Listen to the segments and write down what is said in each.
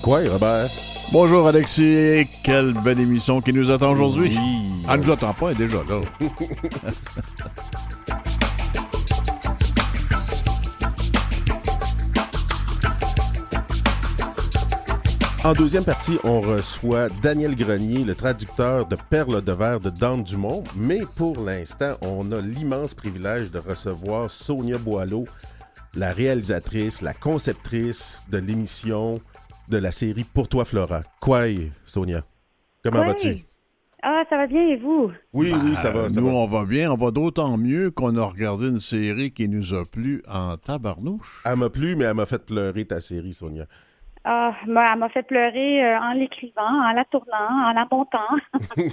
Quoi, Robert? Bonjour Alexis, quelle belle émission qui nous attend aujourd'hui. Oui. Elle nous attend pas, elle est déjà là. En deuxième partie, on reçoit Daniel Grenier, le traducteur de Perles de verre de Dan Dumont. Mais pour l'instant, on a l'immense privilège de recevoir Sonia Boileau, la réalisatrice, la conceptrice de l'émission de la série Pour toi, Flora. Quoi, Sonia? Comment vas-tu? Ah, ça va bien, et vous? Oui, ça va. Nous, on va bien. On va d'autant mieux qu'on a regardé une série qui nous a plu en tabarnouche. Elle m'a plu, mais elle m'a fait pleurer, ta série, Sonia. Ah, elle m'a fait pleurer en l'écrivant, en la tournant, en la montant.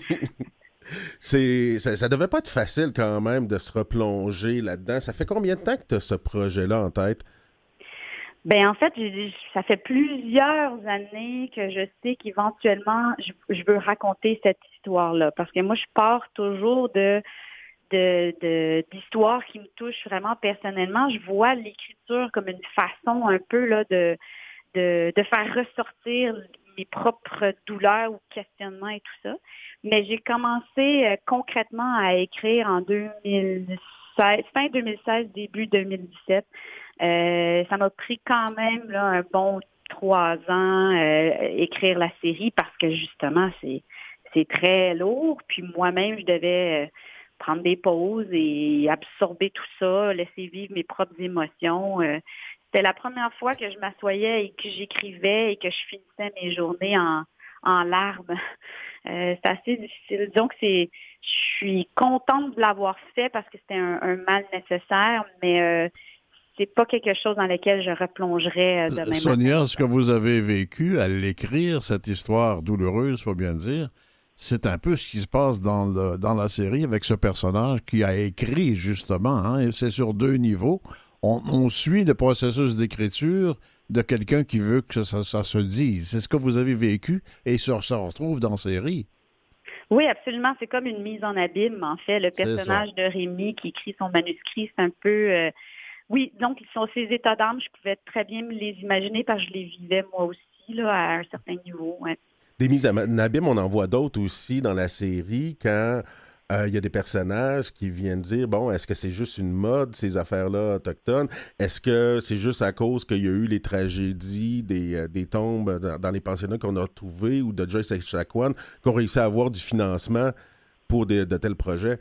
Ça devait pas être facile quand même de se replonger là-dedans. Ça fait combien de temps que tu as ce projet-là en tête? Ben en fait, ça fait plusieurs années que je sais qu'éventuellement, je veux raconter cette histoire-là. Parce que moi, je pars toujours d'histoires qui me touchent vraiment personnellement. Je vois l'écriture comme une façon un peu là de faire ressortir mes propres douleurs ou questionnements et tout ça. Mais j'ai commencé concrètement à écrire en 2016, fin 2016, début 2017. Ça m'a pris quand même là, un bon 3 ans écrire la série parce que justement, c'est très lourd. Puis moi-même, je devais prendre des pauses et absorber tout ça, laisser vivre mes propres émotions. C'était la première fois que je m'assoyais et que j'écrivais et que je finissais mes journées en larmes. C'est assez difficile. Donc, je suis contente de l'avoir fait parce que c'était un mal nécessaire, mais c'est pas quelque chose dans lequel je replongerais demain matin. Sonia, ce que vous avez vécu à l'écrire, cette histoire douloureuse, faut bien dire, c'est un peu ce qui se passe dans la série avec ce personnage qui a écrit, justement. Hein, et c'est sur 2 niveaux. On suit le processus d'écriture de quelqu'un qui veut que ça se dise. C'est ce que vous avez vécu et ça retrouve dans la série. Oui, absolument. C'est comme une mise en abîme, en fait. Le personnage de Rémi qui écrit son manuscrit, c'est un peu... Oui, donc ces états d'âme, je pouvais très bien me les imaginer parce que je les vivais moi aussi là, à un certain niveau. Ouais. Des mises en abîme, on en voit d'autres aussi dans la série quand il y a des personnages qui viennent dire, bon, est-ce que c'est juste une mode, ces affaires-là autochtones? Est-ce que c'est juste à cause qu'il y a eu les tragédies des tombes dans les pensionnats qu'on a trouvés ou de Joyce Echaquan qu'on réussit à avoir du financement pour de tels projets?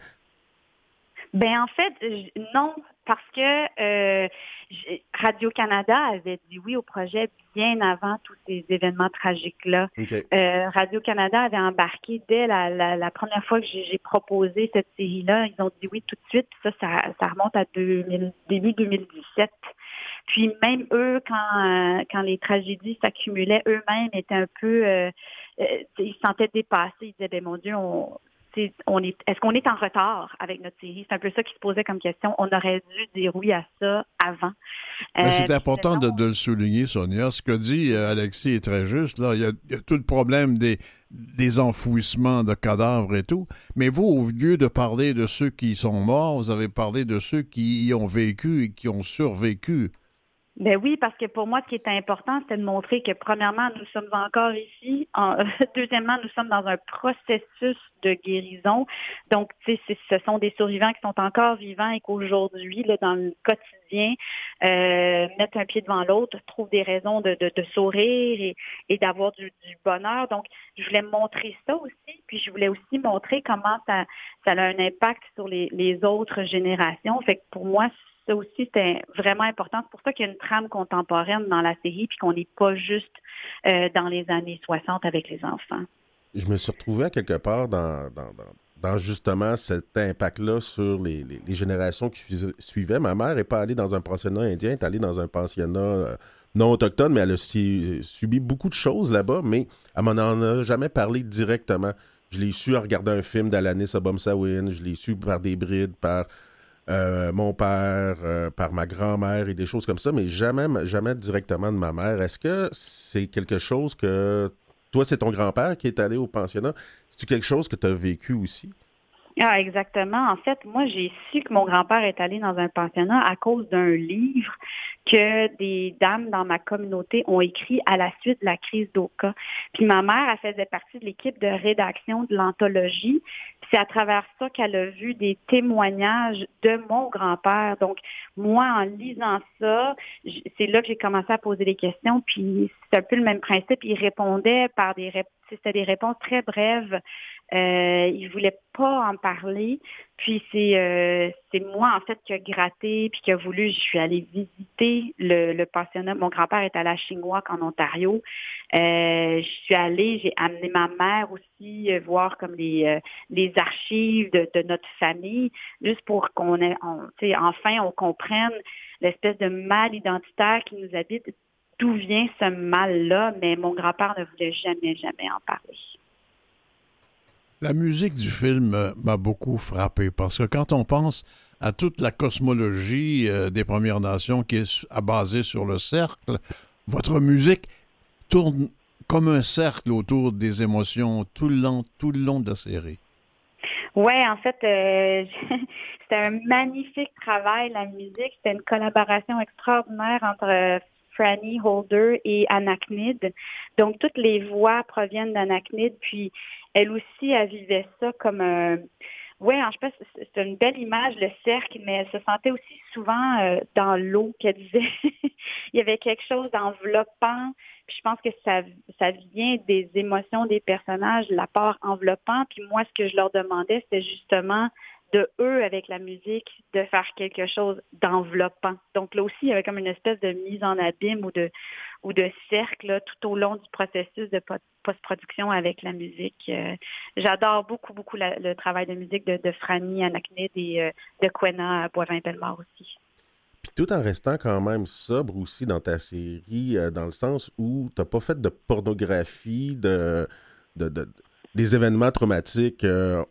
Ben en fait, non, parce que Radio-Canada avait dit oui au projet bien avant tous ces événements tragiques-là. Okay. Radio-Canada avait embarqué dès la première fois que j'ai proposé cette série-là. Ils ont dit oui tout de suite. Ça remonte à début 2017. Puis même eux, quand les tragédies s'accumulaient, eux-mêmes étaient un peu... ils se sentaient dépassés. Ils disaient, ben mon Dieu, est-ce qu'on est en retard avec notre série? C'est un peu ça qui se posait comme question. On aurait dû dire oui à ça avant. Mais c'est important de le souligner, Sonia. Ce que dit Alexis est très juste. Là, il y a tout le problème des enfouissements de cadavres et tout. Mais vous, au lieu de parler de ceux qui sont morts, vous avez parlé de ceux qui y ont vécu et qui ont survécu. Ben oui, parce que pour moi, ce qui est important, c'est de montrer que, premièrement, nous sommes encore ici. Deuxièmement, nous sommes dans un processus de guérison. Donc, tu sais, ce sont des survivants qui sont encore vivants et qu'aujourd'hui, là, dans le quotidien, mettent un pied devant l'autre, trouvent des raisons de sourire et d'avoir du bonheur. Donc, je voulais montrer ça aussi. Puis, je voulais aussi montrer comment ça a un impact sur les autres générations. Fait que pour moi, ça aussi, c'était vraiment important. C'est pour ça qu'il y a une trame contemporaine dans la série puis qu'on n'est pas juste dans les années 60 avec les enfants. Je me suis retrouvé à quelque part dans justement cet impact-là sur les générations qui suivaient. Ma mère n'est pas allée dans un pensionnat indien, elle est allée dans un pensionnat non autochtone, mais elle a subi beaucoup de choses là-bas, mais elle m'en a jamais parlé directement. Je l'ai su en regardant un film d'Alanis Obomsawin, je l'ai su par des brides, par... mon père, par ma grand-mère et des choses comme ça, mais jamais directement de ma mère. Est-ce que c'est quelque chose que... Toi, c'est ton grand-père qui est allé au pensionnat. C'est-tu quelque chose que tu as vécu aussi? Ah, exactement. En fait, moi, j'ai su que mon grand-père est allé dans un pensionnat à cause d'un livre que des dames dans ma communauté ont écrit à la suite de la crise d'Oka. Puis ma mère, elle faisait partie de l'équipe de rédaction de l'anthologie. Puis c'est à travers ça qu'elle a vu des témoignages de mon grand-père. Donc, moi, en lisant ça, c'est là que j'ai commencé à poser des questions. Puis c'est un peu le même principe. Il répondait par c'était des réponses très brèves. Il voulait pas en parler. Puis c'est moi en fait qui a gratté puis qui a voulu. Je suis allée visiter le pensionnat. Mon grand-père est allé à Chignac en Ontario. Je suis allée, j'ai amené ma mère aussi voir comme les archives de notre famille, juste pour enfin on comprenne l'espèce de mal identitaire qui nous habite. D'où vient ce mal-là? Mais mon grand-père ne voulait jamais, jamais en parler. La musique du film m'a beaucoup frappé parce que quand on pense à toute la cosmologie des Premières Nations qui est basée sur le cercle, votre musique tourne comme un cercle autour des émotions tout le long de la série. Ouais, en fait, c'était un magnifique travail, la musique. C'était une collaboration extraordinaire entre Franny Holder et Anachnid. Donc, toutes les voix proviennent d'Anachnid, puis elle aussi, elle vivait ça comme un... Oui, je pense que c'est une belle image, le cercle, mais elle se sentait aussi souvent dans l'eau, qu'elle disait. Il y avait quelque chose d'enveloppant. Puis je pense que ça vient des émotions des personnages, la part enveloppant. Puis moi, ce que je leur demandais, c'était justement de eux, avec la musique, de faire quelque chose d'enveloppant. Donc là aussi, il y avait comme une espèce de mise en abîme ou de cercle là, tout au long du processus de post-production avec la musique. J'adore beaucoup, beaucoup le travail de musique de Franny Anachnid et de Quena Boivin-Bellemare aussi. Puis tout en restant quand même sobre aussi dans ta série, dans le sens où tu n'as pas fait de pornographie, de- des événements traumatiques.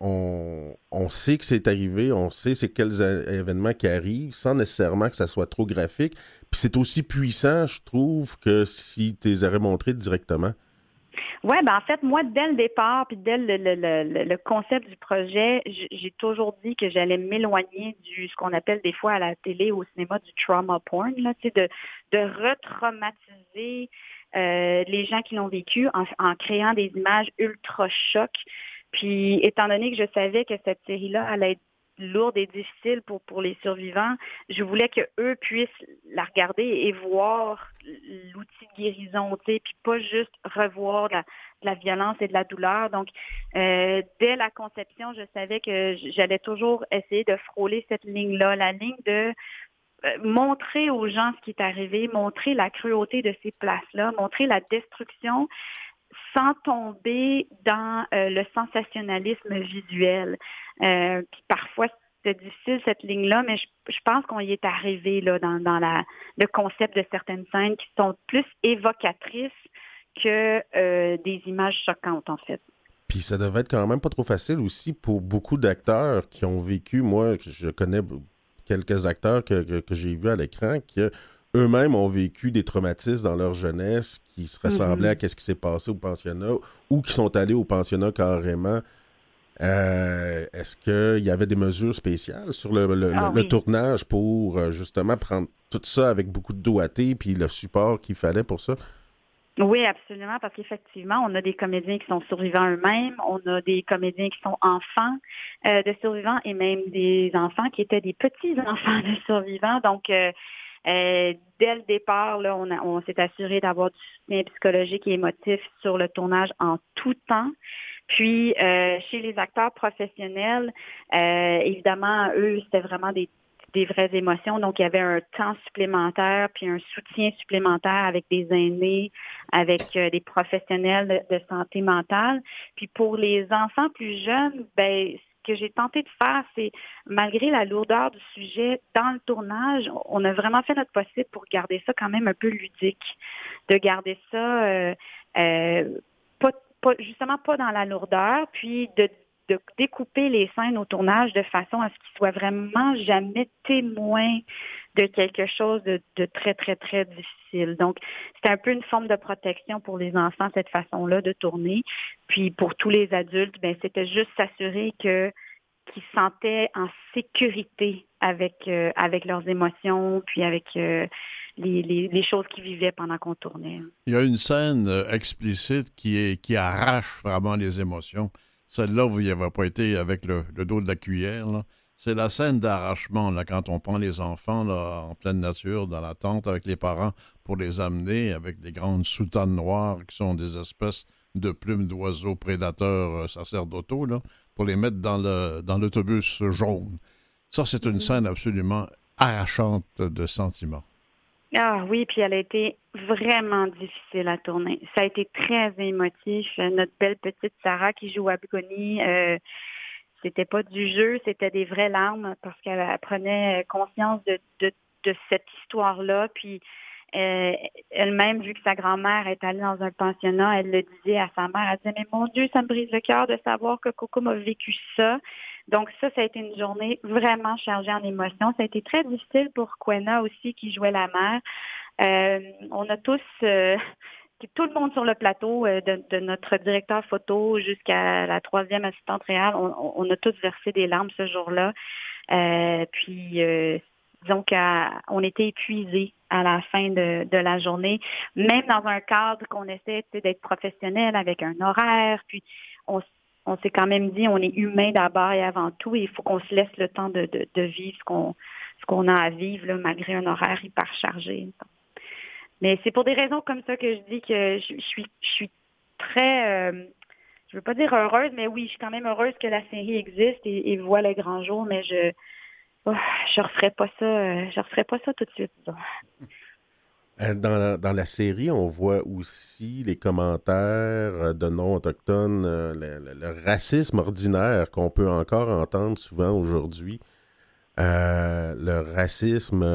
On sait que c'est arrivé, on sait c'est quels événements qui arrivent, sans nécessairement que ça soit trop graphique. Puis c'est aussi puissant, je trouve, que si tu les aurais montrés directement. Ouais, ben en fait, moi, dès le départ, puis dès le concept du projet, j'ai toujours dit que j'allais m'éloigner du ce qu'on appelle des fois à la télé ou au cinéma du trauma porn, là, tu sais, de retraumatiser les gens qui l'ont vécu en créant des images ultra chocs. Puis, étant donné que je savais que cette série-là allait être lourde et difficile pour les survivants, je voulais que eux puissent la regarder et voir l'outil de guérison, tu sais, puis pas juste revoir de la violence et de la douleur. Donc, dès la conception, je savais que j'allais toujours essayer de frôler cette ligne-là, la ligne de montrer aux gens ce qui est arrivé, montrer la cruauté de ces places-là, montrer la destruction sans tomber dans le sensationnalisme visuel. Puis parfois, c'est difficile cette ligne-là, mais je pense qu'on y est arrivé là, dans le concept de certaines scènes qui sont plus évocatrices que des images choquantes, en fait. Puis ça devait être quand même pas trop facile aussi pour beaucoup d'acteurs qui ont vécu. Moi, je connais quelques acteurs que j'ai vus à l'écran qui eux-mêmes ont vécu des traumatismes dans leur jeunesse qui se ressemblaient à ce qui s'est passé au pensionnat ou qui sont allés au pensionnat carrément. Est-ce qu'il y avait des mesures spéciales sur le Oui. tournage pour justement prendre tout ça avec beaucoup de doigté puis le support qu'il fallait pour ça? Oui, absolument, parce qu'effectivement, on a des comédiens qui sont survivants eux-mêmes, on a des comédiens qui sont enfants de survivants et même des enfants qui étaient des petits-enfants de survivants. Donc, dès le départ, là, on s'est assuré d'avoir du soutien psychologique et émotif sur le tournage en tout temps. Puis, chez les acteurs professionnels, évidemment, eux, c'était vraiment des vraies émotions. Donc, il y avait un temps supplémentaire, puis un soutien supplémentaire avec des aînés, avec des professionnels de santé mentale. Puis pour les enfants plus jeunes, ben ce que j'ai tenté de faire, c'est, malgré la lourdeur du sujet, dans le tournage, on a vraiment fait notre possible pour garder ça quand même un peu ludique, de garder ça justement pas dans la lourdeur, puis de découper les scènes au tournage de façon à ce qu'ils soient vraiment jamais témoins de quelque chose de très, très, très difficile. Donc, c'est un peu une forme de protection pour les enfants, cette façon-là de tourner. Puis, pour tous les adultes, ben c'était juste s'assurer que qui se sentaient en sécurité avec leurs émotions, puis avec les choses qu'ils vivaient pendant qu'on tournait. Il y a une scène explicite qui arrache vraiment les émotions. Celle-là, vous n'y avez pas été avec le dos de la cuillère, là. C'est la scène d'arrachement, là, quand on prend les enfants là, en pleine nature, dans la tente avec les parents, pour les amener avec des grandes soutanes noires qui sont des espèces de plumes d'oiseaux prédateurs sacerdotaux, là, pour les mettre dans l'autobus jaune. Ça, c'est une scène absolument arrachante de sentiments. Ah oui, puis elle a été vraiment difficile à tourner. Ça a été très émotif. Notre belle petite Sarah qui joue à Bugoni, c'était pas du jeu, c'était des vraies larmes parce qu'elle prenait conscience de cette histoire-là. Puis elle-même, vu que sa grand-mère est allée dans un pensionnat, elle le disait à sa mère, elle disait, mais mon Dieu, ça me brise le cœur de savoir que Coco m'a vécu ça. Donc ça a été une journée vraiment chargée en émotions. Ça a été très difficile pour Quena aussi, qui jouait la mère. On a tous... tout le monde sur le plateau, de notre directeur photo jusqu'à la 3e assistante réelle, on a tous versé des larmes ce jour-là. Puis disons qu'on était épuisés à la fin de la journée, même dans un cadre qu'on essaie d'être professionnel avec un horaire. Puis on s'est quand même dit, on est humain d'abord et avant tout, et il faut qu'on se laisse le temps de vivre ce qu'on a à vivre là, malgré un horaire hyper chargé. Mais c'est pour des raisons comme ça que je dis que je suis très, je veux pas dire heureuse, mais oui, je suis quand même heureuse que la série existe et voit le grand jour, mais je referais pas ça, tout de suite. Dans la série, on voit aussi les commentaires de non-autochtones, le racisme ordinaire qu'on peut encore entendre souvent aujourd'hui. Le racisme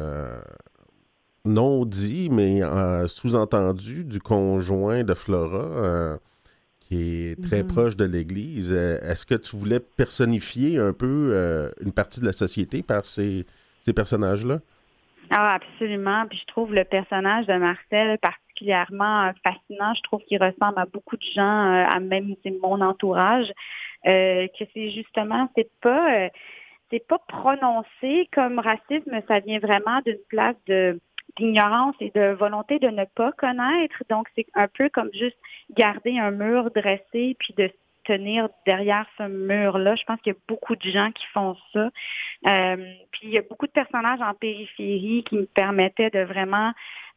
non dit, mais sous-entendu du conjoint de Flora, qui est très proche de l'Église. Est-ce que tu voulais personnifier un peu une partie de la société par ces personnages-là? Ah, absolument. Puis je trouve le personnage de Marcel particulièrement fascinant. Je trouve qu'il ressemble à beaucoup de gens, à même mon entourage, que c'est justement, c'est pas prononcé comme racisme, ça vient vraiment d'une place d'ignorance et de volonté de ne pas connaître. Donc, c'est un peu comme juste garder un mur dressé puis de tenir derrière ce mur-là. Je pense qu'il y a beaucoup de gens qui font ça. Puis, il y a beaucoup de personnages en périphérie qui me permettaient de vraiment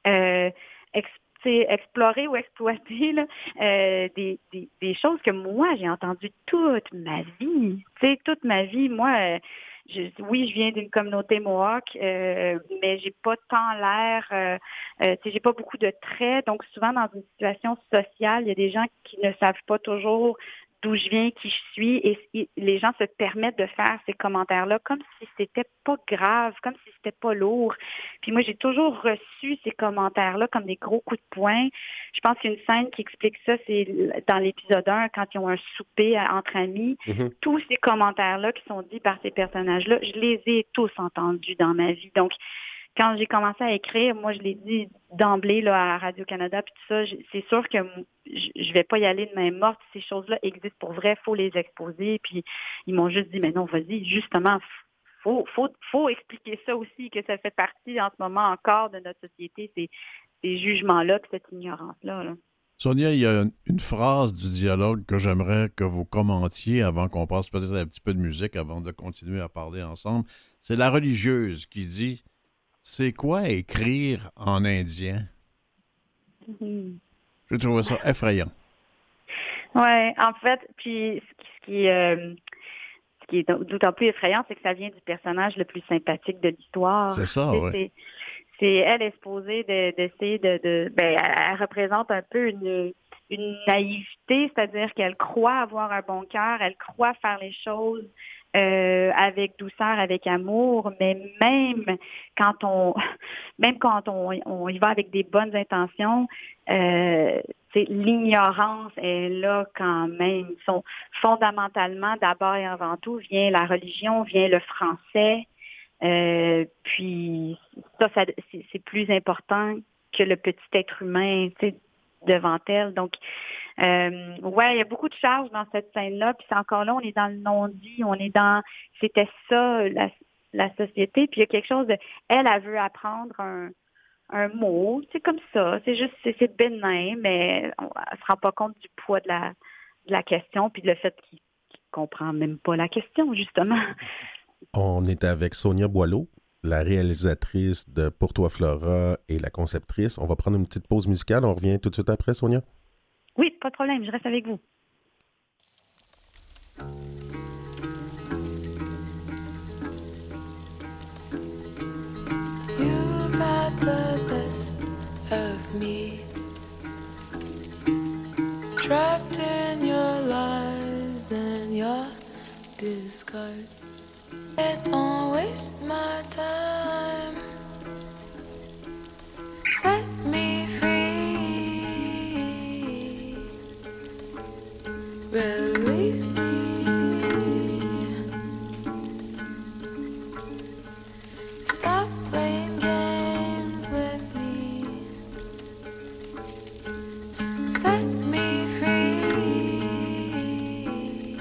explorer ou exploiter là, des choses que moi, j'ai entendues toute ma vie. Tu sais, toute ma vie, moi... oui, je viens d'une communauté Mohawk, mais j'ai pas tant l'air, j'ai pas beaucoup de traits. Donc, souvent, dans une situation sociale, il y a des gens qui ne savent pas toujours d'où je viens, qui je suis, et les gens se permettent de faire ces commentaires-là comme si c'était pas grave, comme si c'était pas lourd. Puis moi, j'ai toujours reçu ces commentaires-là comme des gros coups de poing. Je pense qu'il y a une scène qui explique ça, c'est dans l'épisode 1, quand ils ont un souper entre amis. Mm-hmm. Tous ces commentaires-là qui sont dits par ces personnages-là, je les ai tous entendus dans ma vie. Donc, quand j'ai commencé à écrire, moi, je l'ai dit d'emblée là, à Radio-Canada, puis tout ça, c'est sûr que je vais pas y aller de main morte. Ces choses-là existent pour vrai, faut les exposer. Puis ils m'ont juste dit, mais non, vas-y, justement, faut expliquer ça aussi, que ça fait partie en ce moment encore de notre société, ces jugements-là, que cette ignorance-là. Là. Sonia, il y a une phrase du dialogue que j'aimerais que vous commentiez avant qu'on passe peut-être un petit peu de musique, avant de continuer à parler ensemble. C'est la religieuse qui dit... C'est quoi écrire en indien? Mm-hmm. J'ai trouvé ça effrayant. Oui, en fait, puis ce qui est d'autant plus effrayant, c'est que ça vient du personnage le plus sympathique de l'histoire. C'est ça, oui. Elle est supposée d'essayer elle représente un peu une naïveté, c'est-à-dire qu'elle croit avoir un bon cœur, elle croit faire les choses avec douceur, avec amour, mais même quand on y va avec des bonnes intentions, l'ignorance est là quand même. Fondamentalement, d'abord et avant tout, vient la religion, vient le français. Puis ça c'est plus important que le petit être humain, devant elle. Donc, Ouais, il y a beaucoup de charges dans cette scène-là, puis c'est encore là, on est dans le non-dit, on est dans, c'était ça, la société, puis il y a quelque chose de, elle veut apprendre un mot, c'est comme ça, c'est juste, c'est bénin, mais elle se rend pas compte du poids de la question, puis le fait qu'il comprend même pas la question, justement. On est avec Sonia Boileau, la réalisatrice de Pour toi Flora et la conceptrice. On va prendre une petite pause musicale. On revient tout de suite après, Sonia. Oui, pas de problème, je reste avec vous. You got the best of me, trapped in your lies and your disguise. Don't waste my time. Set me free. Release me. Stop playing games with me. Set me free.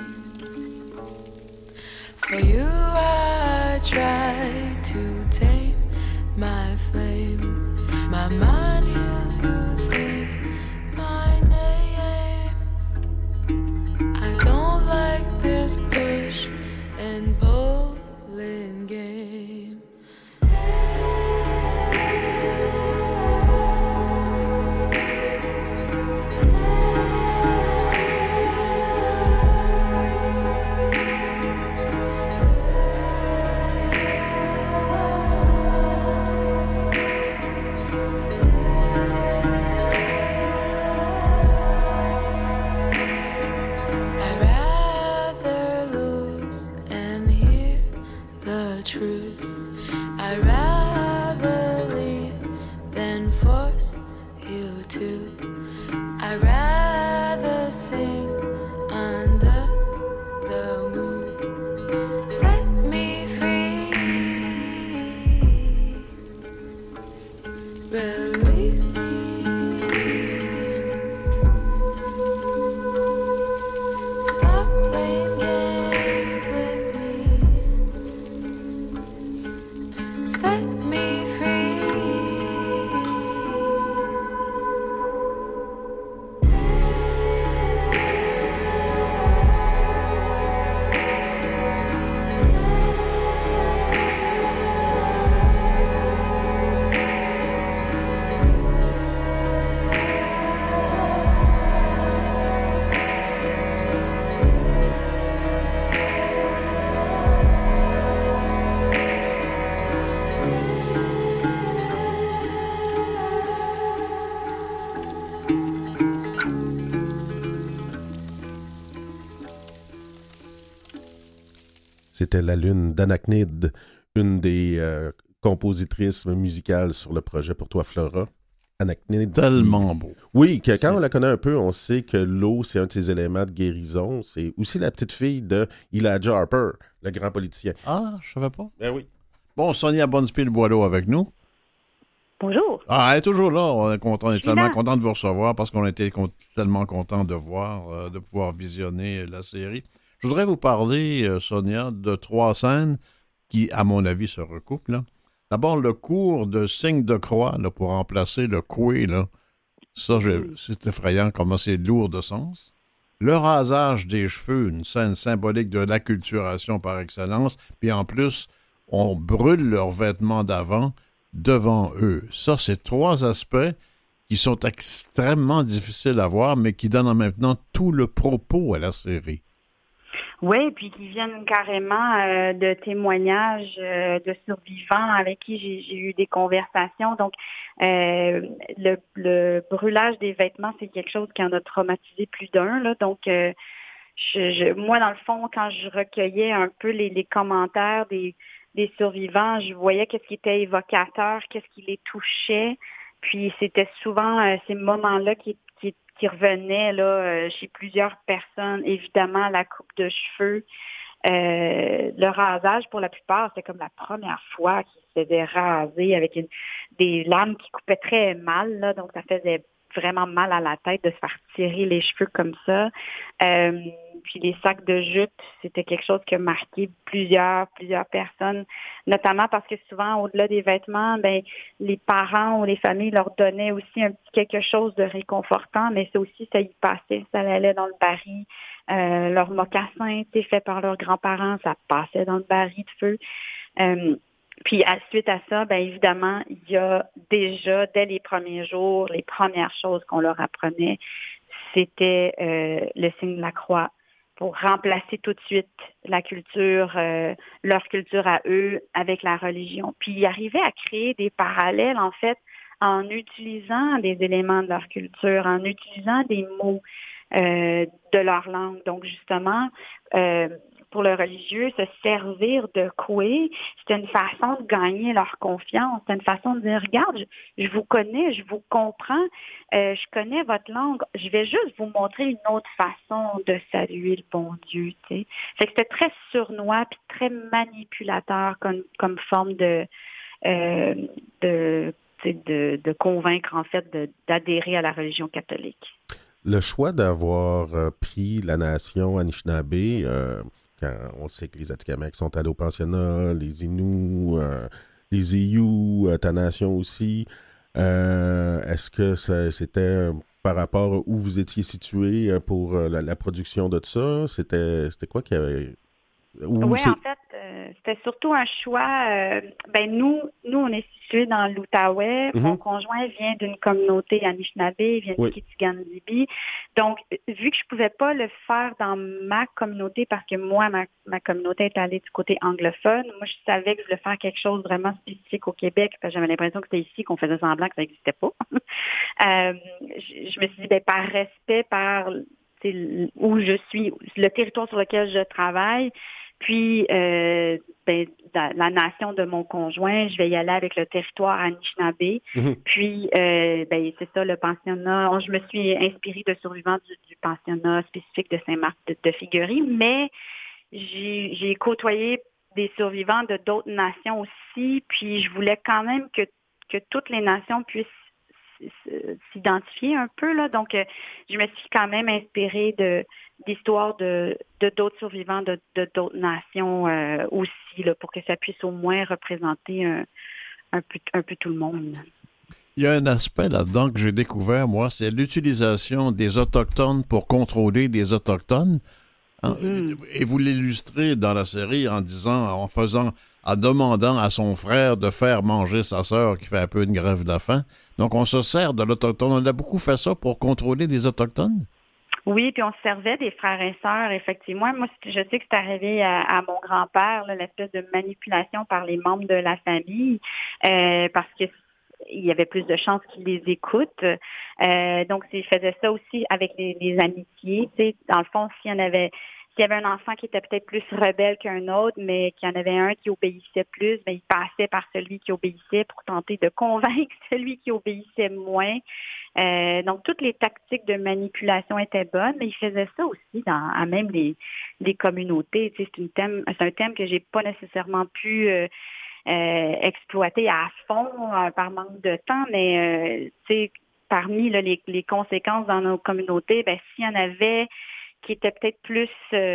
For you I try to tame my flame. My mind hears you think my name. I don't like this push and pulling game. I'd rather lose and hear the truth. I'd rather leave than force you to. I'd rather sing under the moon. Set me free. Release me. Stop playing games with me. Set me free. C'était La Lune d'Anachnid, une des compositrices musicales sur le projet Pour toi Flora. Anachnid. Tellement beau. Oui, que quand on la connaît un peu, on sait que l'eau, c'est un de ses éléments de guérison. C'est aussi la petite fille de Elijah Harper, le grand politicien. Ah, je savais pas. Ben oui. Bon, Sonia Bonespil-Boileau avec nous. Bonjour. Ah, elle est toujours là. On est Je suis tellement là. content de vous recevoir parce qu'on était tellement content de voir, de pouvoir visionner la série. Je voudrais vous parler, Sonia, de 3 scènes qui, à mon avis, se recoupent. Là. D'abord, le cours de signe de croix là, pour remplacer le coué. Là. Ça, c'est effrayant comment c'est lourd de sens. Le rasage des cheveux, une scène symbolique de l'acculturation par excellence. Puis en plus, on brûle leurs vêtements d'avant devant eux. Ça, c'est 3 aspects qui sont extrêmement difficiles à voir, mais qui donnent en même temps tout le propos à la série. Oui, puis qui viennent carrément de témoignages de survivants avec qui j'ai eu des conversations. Donc, le brûlage des vêtements, c'est quelque chose qui en a traumatisé plus d'un. Là. Donc, moi, dans le fond, quand je recueillais un peu les commentaires des survivants, je voyais qu'est-ce qui était évocateur, qu'est-ce qui les touchait. Puis, c'était souvent ces moments-là qui revenaient là, chez plusieurs personnes. Évidemment, la coupe de cheveux, le rasage, pour la plupart, c'était comme la première fois qu'ils se faisaient raser avec des lames qui coupaient très mal. Là, donc, ça faisait vraiment mal à la tête de se faire tirer les cheveux comme ça. Puis les sacs de jupe, c'était quelque chose qui a marqué plusieurs personnes, notamment parce que souvent, au-delà des vêtements, les parents ou les familles leur donnaient aussi un petit quelque chose de réconfortant, mais ça aussi, ça y passait, ça allait dans le baril. Leurs mocassins étaient faits par leurs grands-parents, ça passait dans le baril de feu. Puis suite à ça, évidemment, il y a déjà, dès les premiers jours, les premières choses qu'on leur apprenait, c'était le signe de la croix pour remplacer tout de suite la culture, leur culture à eux, avec la religion. Puis ils arrivaient à créer des parallèles, en fait, en utilisant des éléments de leur culture, en utilisant des mots de leur langue. Donc, justement, pour le religieux, se servir de Coué, c'était une façon de gagner leur confiance. C'était une façon de dire, regarde, je vous connais, je vous comprends, je connais votre langue, je vais juste vous montrer une autre façon de saluer le bon Dieu. T'sais. Fait que c'était très sournois puis très manipulateur comme forme de convaincre, en fait, d'adhérer à la religion catholique. Le choix d'avoir pris la nation Anishinaabe, quand on sait que les Atikamekw sont allés au pensionnat, les Inuits, les Sioux, ta nation aussi, est-ce que c'était par rapport où vous étiez situé pour la production de ça? C'était quoi qui avait... Oui, en fait, c'était surtout un choix. Nous, on est situés dans l'Outaouais. Mm-hmm. Mon conjoint vient d'une communauté Anishinaabe, il vient de Kitigan-Zibi. Donc, vu que je pouvais pas le faire dans ma communauté parce que moi, ma communauté est allée du côté anglophone, moi, je savais que je voulais faire quelque chose vraiment spécifique au Québec parce que j'avais l'impression que c'était ici qu'on faisait semblant que ça n'existait pas. Je me suis dit, par respect, par où je suis, le territoire sur lequel je travaille, puis, la nation de mon conjoint, je vais y aller avec le territoire Anishinaabe. Mm-hmm. Puis, c'est ça, le pensionnat. Je me suis inspirée de survivants du pensionnat spécifique de Saint-Marc de Figuerie, mais j'ai côtoyé des survivants de d'autres nations aussi, puis je voulais quand même que toutes les nations puissent s'identifier un peu, là. Donc, je me suis quand même inspirée d'histoires de d'autres survivants de d'autres nations aussi, là, pour que ça puisse au moins représenter un peu tout le monde. Il y a un aspect là-dedans que j'ai découvert, moi, c'est l'utilisation des Autochtones pour contrôler des Autochtones. Hein? Mm-hmm. Et vous l'illustrez dans la série en demandant à son frère de faire manger sa sœur qui fait un peu une grève de la faim. Donc, on se sert de l'Autochtone. On a beaucoup fait ça pour contrôler les Autochtones? Oui, puis on se servait des frères et sœurs, effectivement. Moi, je sais que c'est arrivé à mon grand-père, là, l'espèce de manipulation par les membres de la famille, parce que il y avait plus de chances qu'ils les écoutent. Donc, il faisait ça aussi avec les amitiés. Tu sais, dans le fond, s'il y avait un enfant qui était peut-être plus rebelle qu'un autre, mais qu'il y en avait un qui obéissait plus, il passait par celui qui obéissait pour tenter de convaincre celui qui obéissait moins. Donc, toutes les tactiques de manipulation étaient bonnes, mais il faisait ça aussi à même les communautés. Tu sais, c'est un thème que j'ai pas nécessairement pu exploiter à fond par manque de temps, mais parmi là, les conséquences dans nos communautés, s'il y en avait qui étaient peut-être plus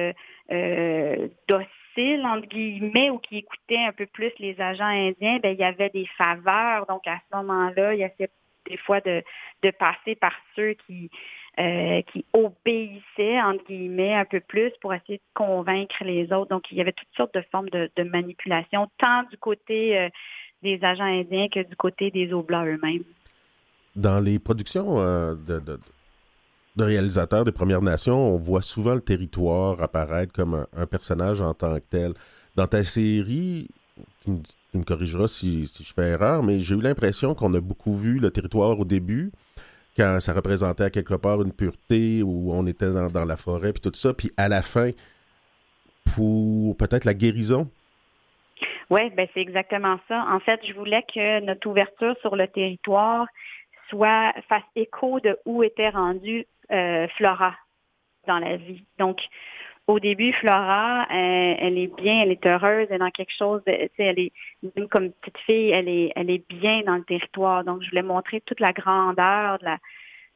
dociles, entre guillemets, ou qui écoutaient un peu plus les agents indiens, il y avait des faveurs. Donc, à ce moment-là, il y avait des fois de passer par ceux qui obéissaient, entre guillemets, un peu plus pour essayer de convaincre les autres. Donc, il y avait toutes sortes de formes de manipulation, tant du côté des agents indiens que du côté des Oblats eux-mêmes. Dans les productions de réalisateurs des Premières Nations, on voit souvent le territoire apparaître comme un personnage en tant que tel. Dans ta série, tu me corrigeras si je fais erreur, mais j'ai eu l'impression qu'on a beaucoup vu le territoire au début, quand ça représentait à quelque part une pureté, où on était dans la forêt, puis tout ça, puis à la fin, pour peut-être la guérison. Oui, c'est exactement ça. En fait, je voulais que notre ouverture sur le territoire fasse écho de où était rendue Flora dans la vie. Donc, au début, Flora, elle est bien, elle est heureuse, elle est dans quelque chose, elle est, même comme petite fille, elle est bien dans le territoire. Donc, je voulais montrer toute la grandeur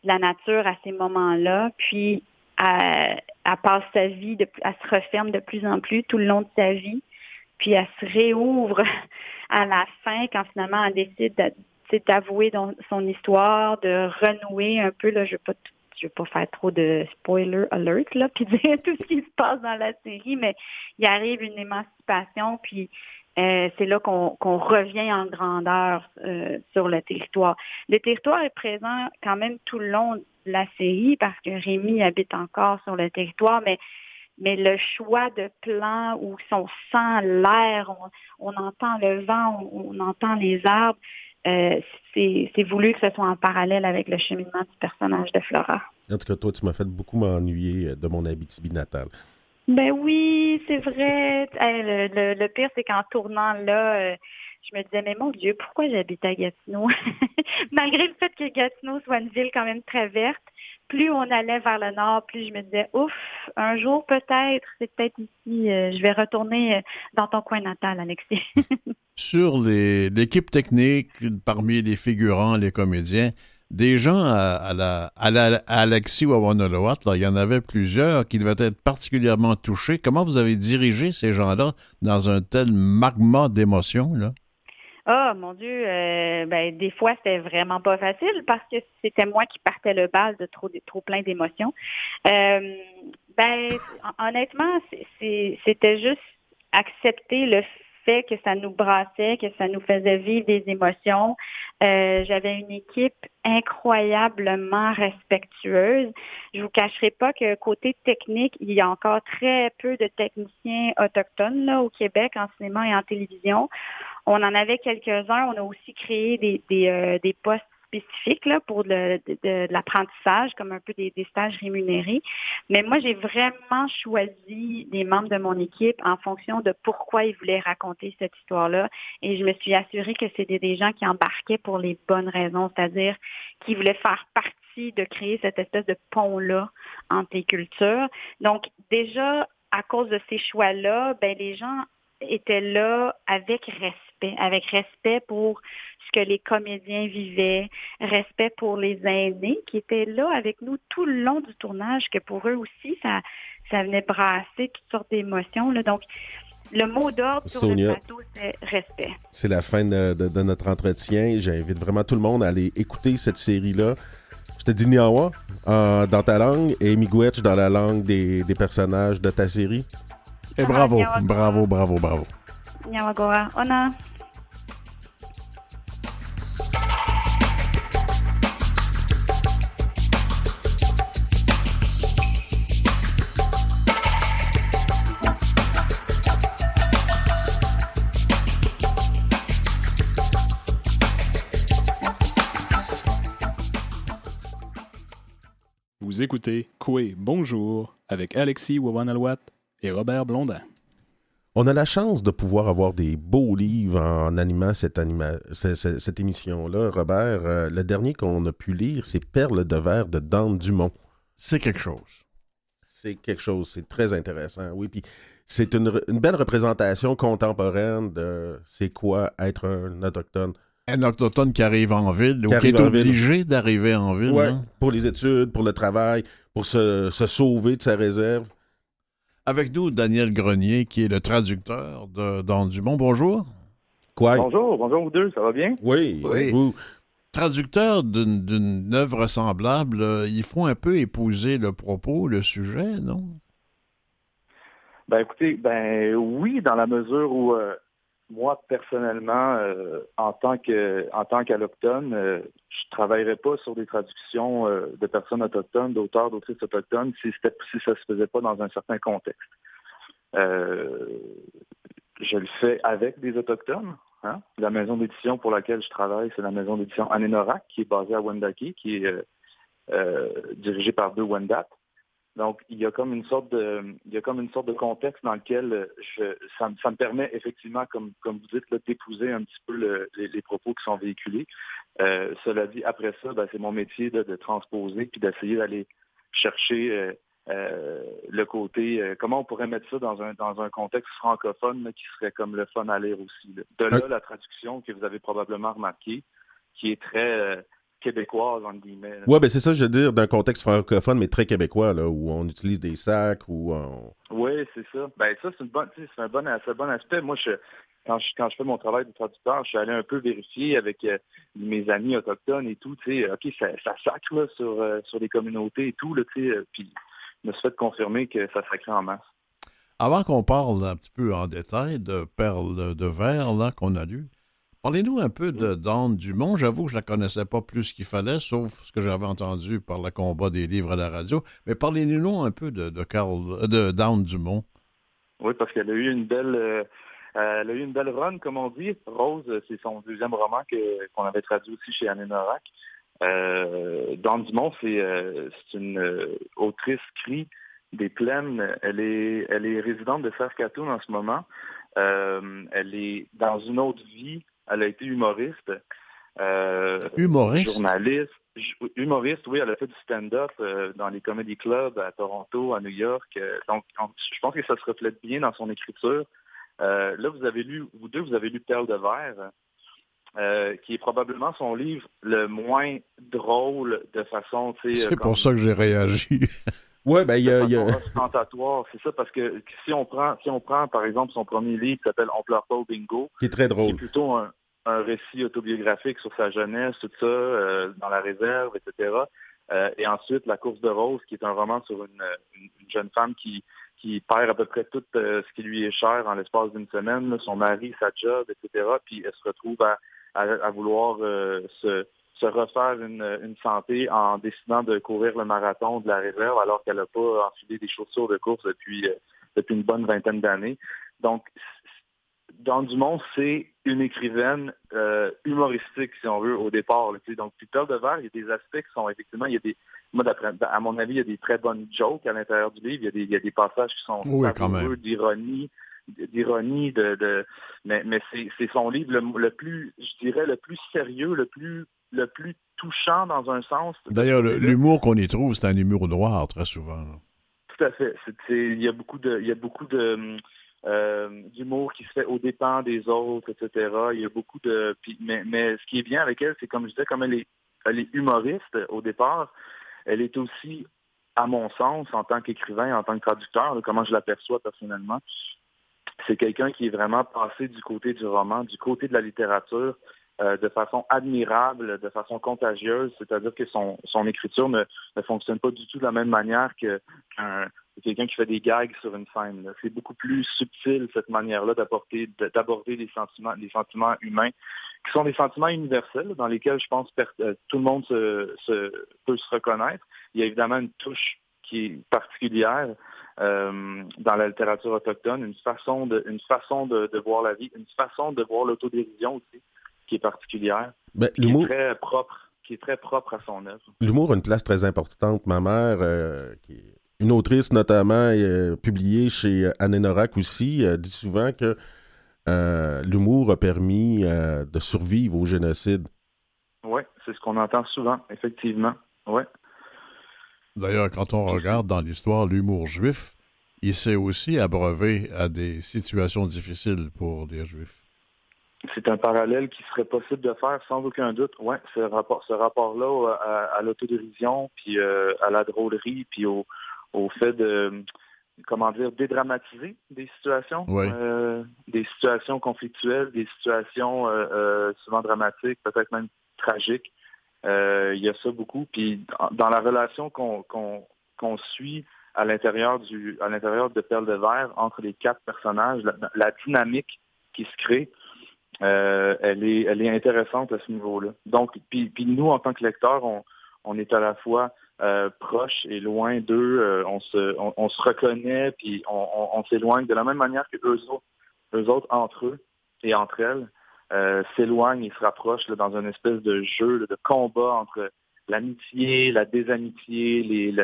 la nature à ces moments-là, puis elle passe sa vie, elle se referme de plus en plus tout le long de sa vie, puis elle se réouvre à la fin quand finalement elle décide d'avouer son histoire, de renouer un peu, là, je veux pas faire trop de spoiler alert, là, puis dire tout ce qui se passe dans la série, mais il arrive une émancipation, puis c'est là qu'on revient en grandeur sur le territoire. Le territoire est présent quand même tout le long de la série parce que Rémi habite encore sur le territoire, mais le choix de plan où on sent l'air, on entend le vent, on entend les arbres, c'est voulu que ce soit en parallèle avec le cheminement du personnage de Flora. En tout cas, toi, tu m'as fait beaucoup m'ennuyer de mon Abitibi natal. Ben oui, c'est vrai. Le pire, c'est qu'en tournant là, je me disais, mais mon Dieu, pourquoi j'habite à Gatineau? Malgré le fait que Gatineau soit une ville quand même très verte, plus on allait vers le nord, plus je me disais, ouf, un jour peut-être, c'est peut-être ici, je vais retourner dans ton coin natal, Alexis. Sur l'équipe technique, parmi les figurants, les comédiens, des gens à Alexis Wawanolowat, là, il y en avait plusieurs qui devaient être particulièrement touchés. Comment vous avez dirigé ces gens-là dans un tel magma d'émotions, là? Oh mon Dieu, des fois c'était vraiment pas facile parce que c'était moi qui partais le bal de trop plein d'émotions. Honnêtement, c'était juste accepter le fait que ça nous brassait, que ça nous faisait vivre des émotions. J'avais une équipe incroyablement respectueuse. Je vous cacherai pas que côté technique, il y a encore très peu de techniciens autochtones là au Québec en cinéma et en télévision. On en avait quelques-uns. On a aussi créé des postes spécifiques là, pour de l'apprentissage, comme un peu des stages rémunérés. Mais moi, j'ai vraiment choisi des membres de mon équipe en fonction de pourquoi ils voulaient raconter cette histoire-là. Et je me suis assurée que c'était des gens qui embarquaient pour les bonnes raisons, c'est-à-dire qui voulaient faire partie de créer cette espèce de pont-là entre les cultures. Donc, déjà, à cause de ces choix-là, les gens étaient là avec respect pour ce que les comédiens vivaient, respect pour les aînés qui étaient là avec nous tout le long du tournage, que pour eux aussi, ça venait brasser toutes sortes d'émotions, là. Donc, le mot d'ordre sur le plateau, c'est respect. C'est la fin de notre entretien. J'invite vraiment tout le monde à aller écouter cette série-là. Je te dis Niawa dans ta langue et Miigwech dans la langue des personnages de ta série. Et bravo, bravo, bravo, bravo. Nyawagoa, ona. Vous écoutez Koué Bonjour avec Alexis Wawanalwat et Robert Blondin. On a la chance de pouvoir avoir des beaux livres en animant cette émission-là. Robert, le dernier qu'on a pu lire, c'est Perles de verre de Dan Dumont. C'est quelque chose. C'est quelque chose, c'est très intéressant, oui. Puis c'est une belle représentation contemporaine de c'est quoi être un autochtone. Un autochtone qui arrive en ville, ou qui est obligé d'arriver en ville. Oui, hein? Pour les études, pour le travail, pour se sauver de sa réserve. Avec nous, Daniel Grenier, qui est le traducteur de Dan Dumont. Bonjour. Quoi? Bonjour vous deux, ça va bien? Oui. Vous. Traducteur d'une œuvre semblable, il faut un peu épouser le propos, le sujet, non? Écoutez, oui, dans la mesure où moi, personnellement, en tant qu'allochtone, je travaillerais pas sur des traductions de personnes autochtones, d'auteurs, d'autrices autochtones, si ça se faisait pas dans un certain contexte. Je le fais avec des autochtones. Hein? La maison d'édition pour laquelle je travaille, c'est la maison d'édition Anenorak, qui est basée à Wendake, qui est dirigée par deux Wendat. Donc, il y a comme une sorte de contexte dans lequel ça me permet effectivement, comme vous dites, là, d'épouser un petit peu les propos qui sont véhiculés. Cela dit, après ça, c'est mon métier de transposer puis d'essayer d'aller chercher le côté, comment on pourrait mettre ça dans un contexte francophone là, qui serait comme le fun à lire aussi. Là. De là, la traduction que vous avez probablement remarqué, qui est très québécoise, entre guillemets. Ouais, ben c'est ça, je veux dire, d'un contexte francophone, mais très québécois, là, où on utilise des sacs, où on... Oui, c'est ça. Ben ça, c'est un bon aspect. Moi, quand je fais mon travail de traducteur, je suis allé un peu vérifier avec mes amis autochtones et tout, tu sais, OK, ça sacre là, sur les communautés et tout, là, tu sais, puis je me suis fait confirmer que ça sacrait en masse. Avant qu'on parle un petit peu en détail de Perles de verre là, qu'on a lues, parlez-nous un peu de Dawn Dumont. J'avoue que je ne la connaissais pas plus qu'il fallait, sauf ce que j'avais entendu par le combat des livres à la radio. Mais parlez-nous un peu de Dawn Dumont. Oui, parce qu'elle a eu une belle run, comme on dit. Rose, c'est son deuxième roman qu'on avait traduit aussi chez Anénorak. Dawn Dumont, c'est une autrice cri des plaines. Elle est résidente de Saskatoon en ce moment. Elle est dans une autre vie. Elle a été humoriste. Humoriste? Journaliste. Humoriste, oui, elle a fait du stand-up dans les comedy clubs à Toronto, à New York. Donc, je pense que ça se reflète bien dans son écriture. Là, vous avez lu Perles de verre, qui est probablement son livre le moins drôle de façon... C'est pour ça que j'ai réagi. Ouais, ben il y a... ostentatoire, c'est ça, parce que si on prend par exemple son premier livre qui s'appelle On pleure pas au bingo, qui est très drôle, qui est plutôt un récit autobiographique sur sa jeunesse, tout ça, dans la réserve, etc. Et ensuite La course de rose, qui est un roman sur une jeune femme qui perd à peu près tout ce qui lui est cher en l'espace d'une semaine, là, son mari, sa job, etc. Puis elle se retrouve à vouloir se refaire une santé en décidant de courir le marathon de la réserve alors qu'elle n'a pas enfilé des chaussures de course depuis une bonne vingtaine d'années. Donc, Dawn Dumont, c'est une écrivaine humoristique, si on veut, au départ. Là, donc, puis Perles de verre, il y a des aspects qui sont effectivement, à mon avis, il y a des très bonnes jokes à l'intérieur du livre. Il y a des passages qui sont savoureux, d'ironie, mais c'est son livre le plus, je dirais, le plus sérieux, le plus touchant dans un sens. D'ailleurs, l'humour qu'on y trouve, c'est un humour noir très souvent. Là. Tout à fait. Il y a beaucoup d'humour qui se fait aux dépens des autres, etc. Il y a beaucoup de... Mais ce qui est bien avec elle, c'est comme je disais, comme elle est humoriste au départ, elle est aussi, à mon sens, en tant qu'écrivain, en tant que traducteur, comment je l'aperçois personnellement, c'est quelqu'un qui est vraiment passé du côté du roman, du côté de la littérature, de façon admirable, de façon contagieuse, c'est-à-dire que son écriture ne fonctionne pas du tout de la même manière qu'un quelqu'un qui fait des gags sur une scène. Là. C'est beaucoup plus subtil, cette manière-là, d'aborder les sentiments humains, qui sont des sentiments universels, dans lesquels je pense tout le monde peut se reconnaître. Il y a évidemment une touche qui est particulière dans la littérature autochtone, une façon de voir la vie, une façon de voir l'autodérision aussi, qui est particulière, qui est très propre à son œuvre. L'humour a une place très importante. Ma mère, qui est une autrice notamment publiée chez Anénorak aussi, dit souvent que l'humour a permis de survivre au génocide. Oui, c'est ce qu'on entend souvent, effectivement. Ouais. D'ailleurs, quand on regarde dans l'histoire l'humour juif, il s'est aussi abreuvé à des situations difficiles pour les Juifs. C'est un parallèle qui serait possible de faire sans aucun doute. Ouais, ce rapport-là à l'autodérision, puis à la drôlerie, puis au fait de, dédramatiser des situations, oui. Des situations conflictuelles, des situations souvent dramatiques, peut-être même tragiques. Il y a ça beaucoup. Puis dans la relation qu'on suit à l'intérieur de Perles de verre entre les quatre personnages, la dynamique qui se crée, elle est intéressante à ce niveau-là. Donc, puis nous, en tant que lecteurs, on est à la fois proches et loin d'eux. On se reconnaît, puis on s'éloigne de la même manière que eux autres entre eux et entre elles, s'éloignent et se rapprochent là, dans une espèce de jeu, là, de combat entre l'amitié, la désamitié,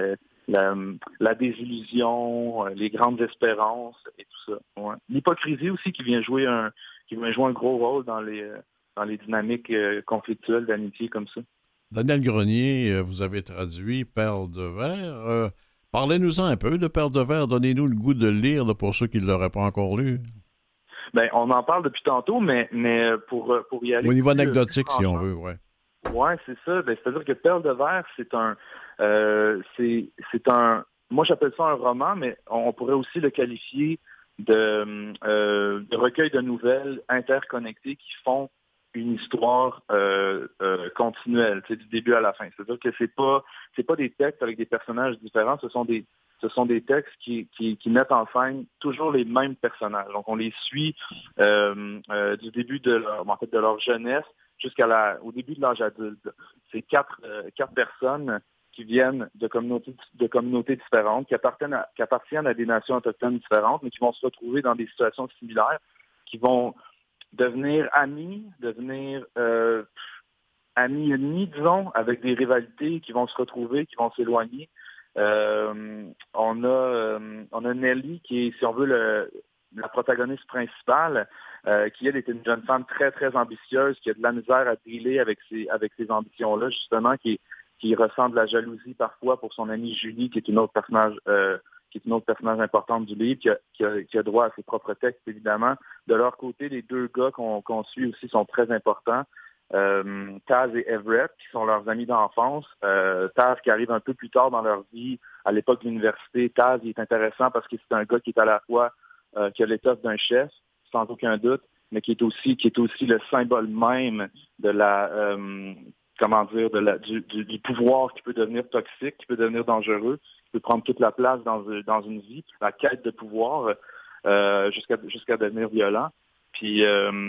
la désillusion, les grandes espérances et tout ça. Ouais. L'hypocrisie aussi qui vient jouer un gros rôle dans les dynamiques conflictuelles d'amitié comme ça. Daniel Grenier, vous avez traduit Perles de verre. Parlez-nous-en un peu de Perles de verre. Donnez-nous le goût de le lire là, pour ceux qui ne l'auraient pas encore lu. Ben, on en parle depuis tantôt, mais pour y aller... Au niveau anecdotique, si on veut, oui. Ouais, c'est ça. Ben, c'est-à-dire que Perle de verre, c'est un, moi j'appelle ça un roman, mais on pourrait aussi le qualifier de recueil de nouvelles interconnectées qui font une histoire continuelle, du début à la fin. C'est-à-dire que c'est pas des textes avec des personnages différents, ce sont des textes qui mettent en scène toujours les mêmes personnages. Donc on les suit du début de leur jeunesse au début de l'âge adulte. C'est quatre personnes qui viennent de communautés différentes, qui appartiennent à des nations autochtones différentes, mais qui vont se retrouver dans des situations similaires, qui vont devenir amis ennemis, disons, avec des rivalités, qui vont se retrouver, qui vont s'éloigner. On a Nelly qui est, si on veut, la protagoniste principale, qui elle est une jeune femme très, très ambitieuse, qui a de la misère à dealer avec ces ambitions-là, justement, qui ressent de la jalousie parfois pour son amie Julie, qui est une autre personnage importante du livre, qui a droit à ses propres textes, évidemment. De leur côté, les deux gars qu'on suit aussi sont très importants. Taz et Everett, qui sont leurs amis d'enfance. Taz qui arrive un peu plus tard dans leur vie, à l'époque de l'université. Taz, il est intéressant parce que c'est un gars qui est à la fois qui a l'étoffe d'un chef, sans aucun doute, mais qui est aussi le symbole même de la du pouvoir qui peut devenir toxique, qui peut devenir dangereux, qui peut prendre toute la place dans une vie, la quête de pouvoir jusqu'à devenir violent. Puis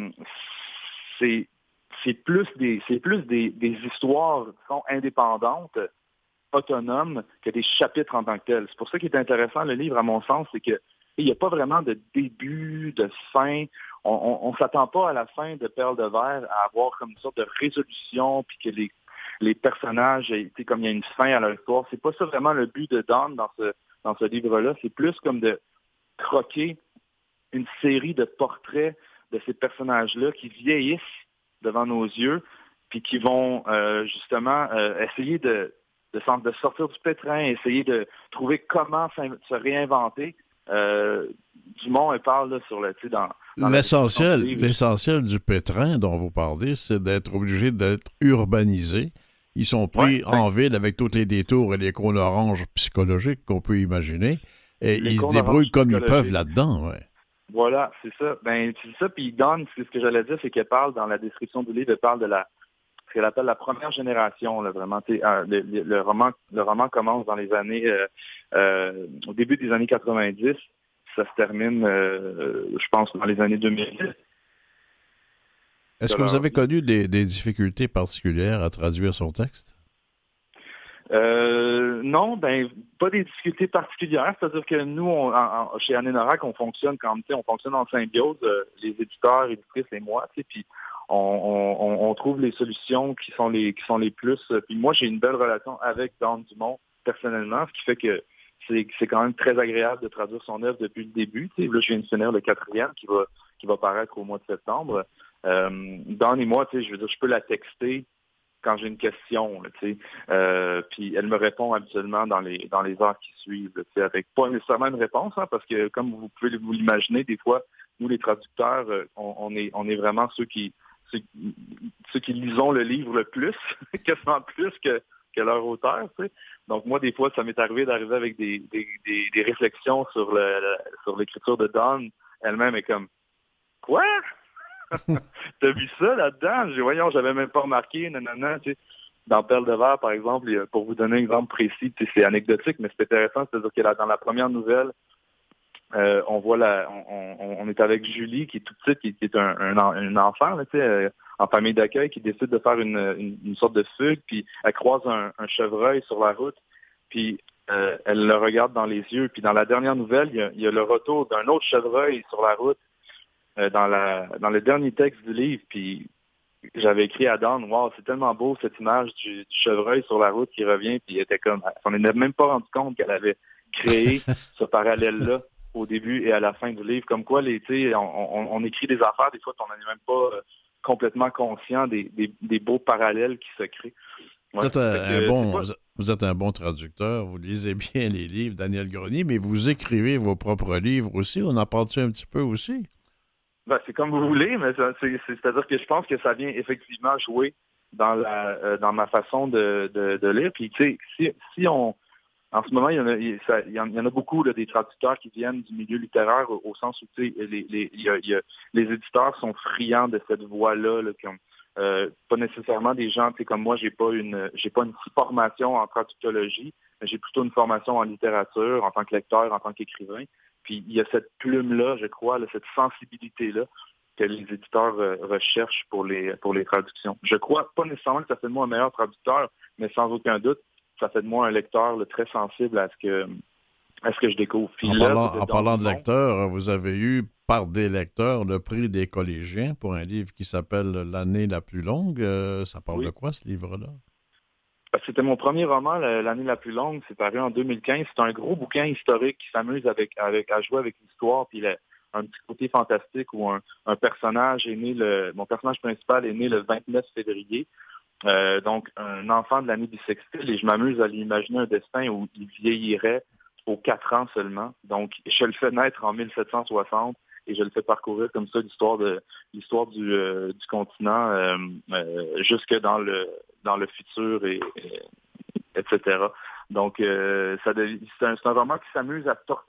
c'est plus des histoires qui sont indépendantes, autonomes, que des chapitres en tant que tels. C'est pour ça qu'il est intéressant, le livre, à mon sens, c'est que il n'y a pas vraiment de début, de fin. On ne s'attend pas à la fin de Perle de verre à avoir comme une sorte de résolution, puis que les personnages, comme il y a une fin à leur histoire. C'est pas ça vraiment le but de Dawn dans ce livre-là. C'est plus comme de croquer une série de portraits de ces personnages-là qui vieillissent devant nos yeux, puis qui vont justement essayer de sortir du pétrin, essayer de trouver comment se réinventer. Dumont parle là, sur dans l'essentiel du pétrin dont vous parlez, c'est d'être obligé d'être urbanisé. Ils sont pris en ville avec tous les détours et les cônes oranges psychologiques qu'on peut imaginer, et ils se débrouillent comme ils peuvent là-dedans. Ouais. Voilà, c'est ça. Ben, c'est ça, puis Dawn, ce que j'allais dire, c'est qu'elle parle, dans la description du livre, elle parle de ce qu'elle appelle la première génération, là, vraiment. Le roman commence dans les années, au début des années 90, ça se termine, je pense, dans les années 2000. Est-ce que vous avez connu des difficultés particulières à traduire son texte? Non, pas des difficultés particulières. C'est-à-dire que nous, chez Anénorac, on fonctionne en symbiose, les éditeurs, éditrices et moi, puis on trouve les solutions qui sont les plus. Puis moi, j'ai une belle relation avec Dawn Dumont personnellement, ce qui fait que c'est quand même très agréable de traduire son œuvre depuis le début. Là, je viens de finir le 4e qui va paraître au mois de septembre. Dawn et moi, je veux dire, je peux la texter quand j'ai une question, puis elle me répond habituellement dans les heures qui suivent, avec pas nécessairement une réponse, parce que comme vous pouvez vous l'imaginer, des fois, nous les traducteurs, on est vraiment ceux qui lisons le livre le plus, quasiment plus que leur auteur, Donc moi, des fois, ça m'est arrivé d'arriver avec des réflexions sur l'écriture de Dawn. Elle-même est comme quoi? T'as vu ça là-dedans? Voyons, j'avais même pas remarqué, Dans Perle de verre, par exemple, pour vous donner un exemple précis, c'est anecdotique, mais c'est intéressant, c'est-à-dire que dans la première nouvelle, on est avec Julie, qui est toute petite, qui est un enfant, en famille d'accueil, qui décide de faire une sorte de fugue, puis elle croise un chevreuil sur la route, puis elle le regarde dans les yeux, puis dans la dernière nouvelle, il y a le retour d'un autre chevreuil sur la route, dans le dernier texte du livre, puis j'avais écrit à Dawn, wow, c'est tellement beau cette image du chevreuil sur la route qui revient, puis elle était comme, on n'en même pas rendu compte qu'elle avait créé ce parallèle-là au début et à la fin du livre, comme quoi on écrit des affaires, des fois on n'en est même pas complètement conscient des beaux parallèles qui se créent. Ouais, vous êtes un bon traducteur, vous lisez bien les livres Daniel Grenier, mais vous écrivez vos propres livres aussi, on en parle-tu un petit peu aussi? C'est comme vous voulez, mais c'est-à-dire que je pense que ça vient effectivement jouer dans ma façon de lire. Puis, tu sais, si on... En ce moment, il y en a beaucoup là, des traducteurs qui viennent du milieu littéraire au sens où tu sais, les éditeurs sont friands de cette voie-là, là, pas nécessairement des gens, tu sais, comme moi, j'ai pas une formation en traductologie, mais j'ai plutôt une formation en littérature, en tant que lecteur, en tant qu'écrivain. Puis il y a cette plume-là, je crois, là, cette sensibilité-là que les éditeurs recherchent pour les traductions. Je crois pas nécessairement que ça fait de moi un meilleur traducteur, mais sans aucun doute, ça fait de moi un lecteur là, très sensible à ce que je découvre. Puis en parlant de lecteurs, vous avez eu par des lecteurs le prix des collégiens pour un livre qui s'appelle « L'année la plus longue ». Ça parle de quoi, ce livre-là? C'était mon premier roman, L'année la plus longue. C'est paru en 2015. C'est un gros bouquin historique qui s'amuse à jouer avec l'histoire. Puis un petit côté fantastique où un personnage est né, mon personnage principal est né le 29 février. Donc, un enfant de l'année bissextile, et je m'amuse à lui imaginer un destin où il vieillirait aux 4 ans seulement. Donc, je le fais naître en 1760 et je le fais parcourir comme ça l'histoire du continent jusque dans le futur, etc. Donc, c'est un roman qui s'amuse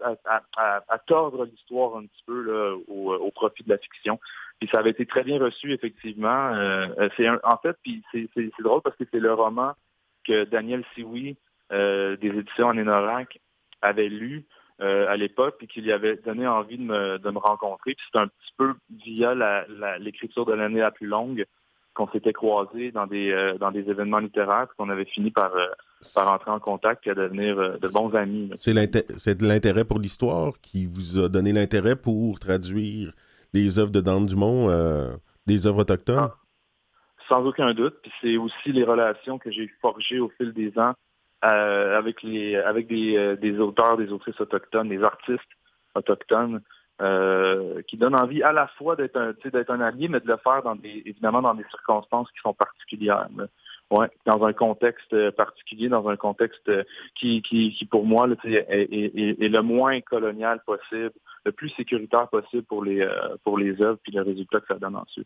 à tordre l'histoire un petit peu là, au profit de la fiction. Puis ça avait été très bien reçu, effectivement. Puis c'est drôle parce que c'est le roman que Daniel Sioui, des éditions Anénorac, avait lu à l'époque, puis qu'il lui avait donné envie de me rencontrer. Puis c'est un petit peu via l'écriture de l'année la plus longue qu'on s'était croisés dans des événements littéraires, puis qu'on avait fini par entrer en contact et à devenir de bons amis. Là. C'est de l'intérêt pour l'histoire qui vous a donné l'intérêt pour traduire les œuvres de Dan Dumont, des œuvres autochtones? Sans aucun doute. Puis c'est aussi les relations que j'ai forgées au fil des ans avec des auteurs, des autrices autochtones, des artistes autochtones, qui donnent envie à la fois d'être un allié, mais de le faire évidemment dans des circonstances qui sont particulières. Là. Ouais, dans un contexte particulier, dans un contexte qui pour moi là, est le moins colonial possible, le plus sécuritaire possible pour les œuvres puis le résultat que ça donne ensuite.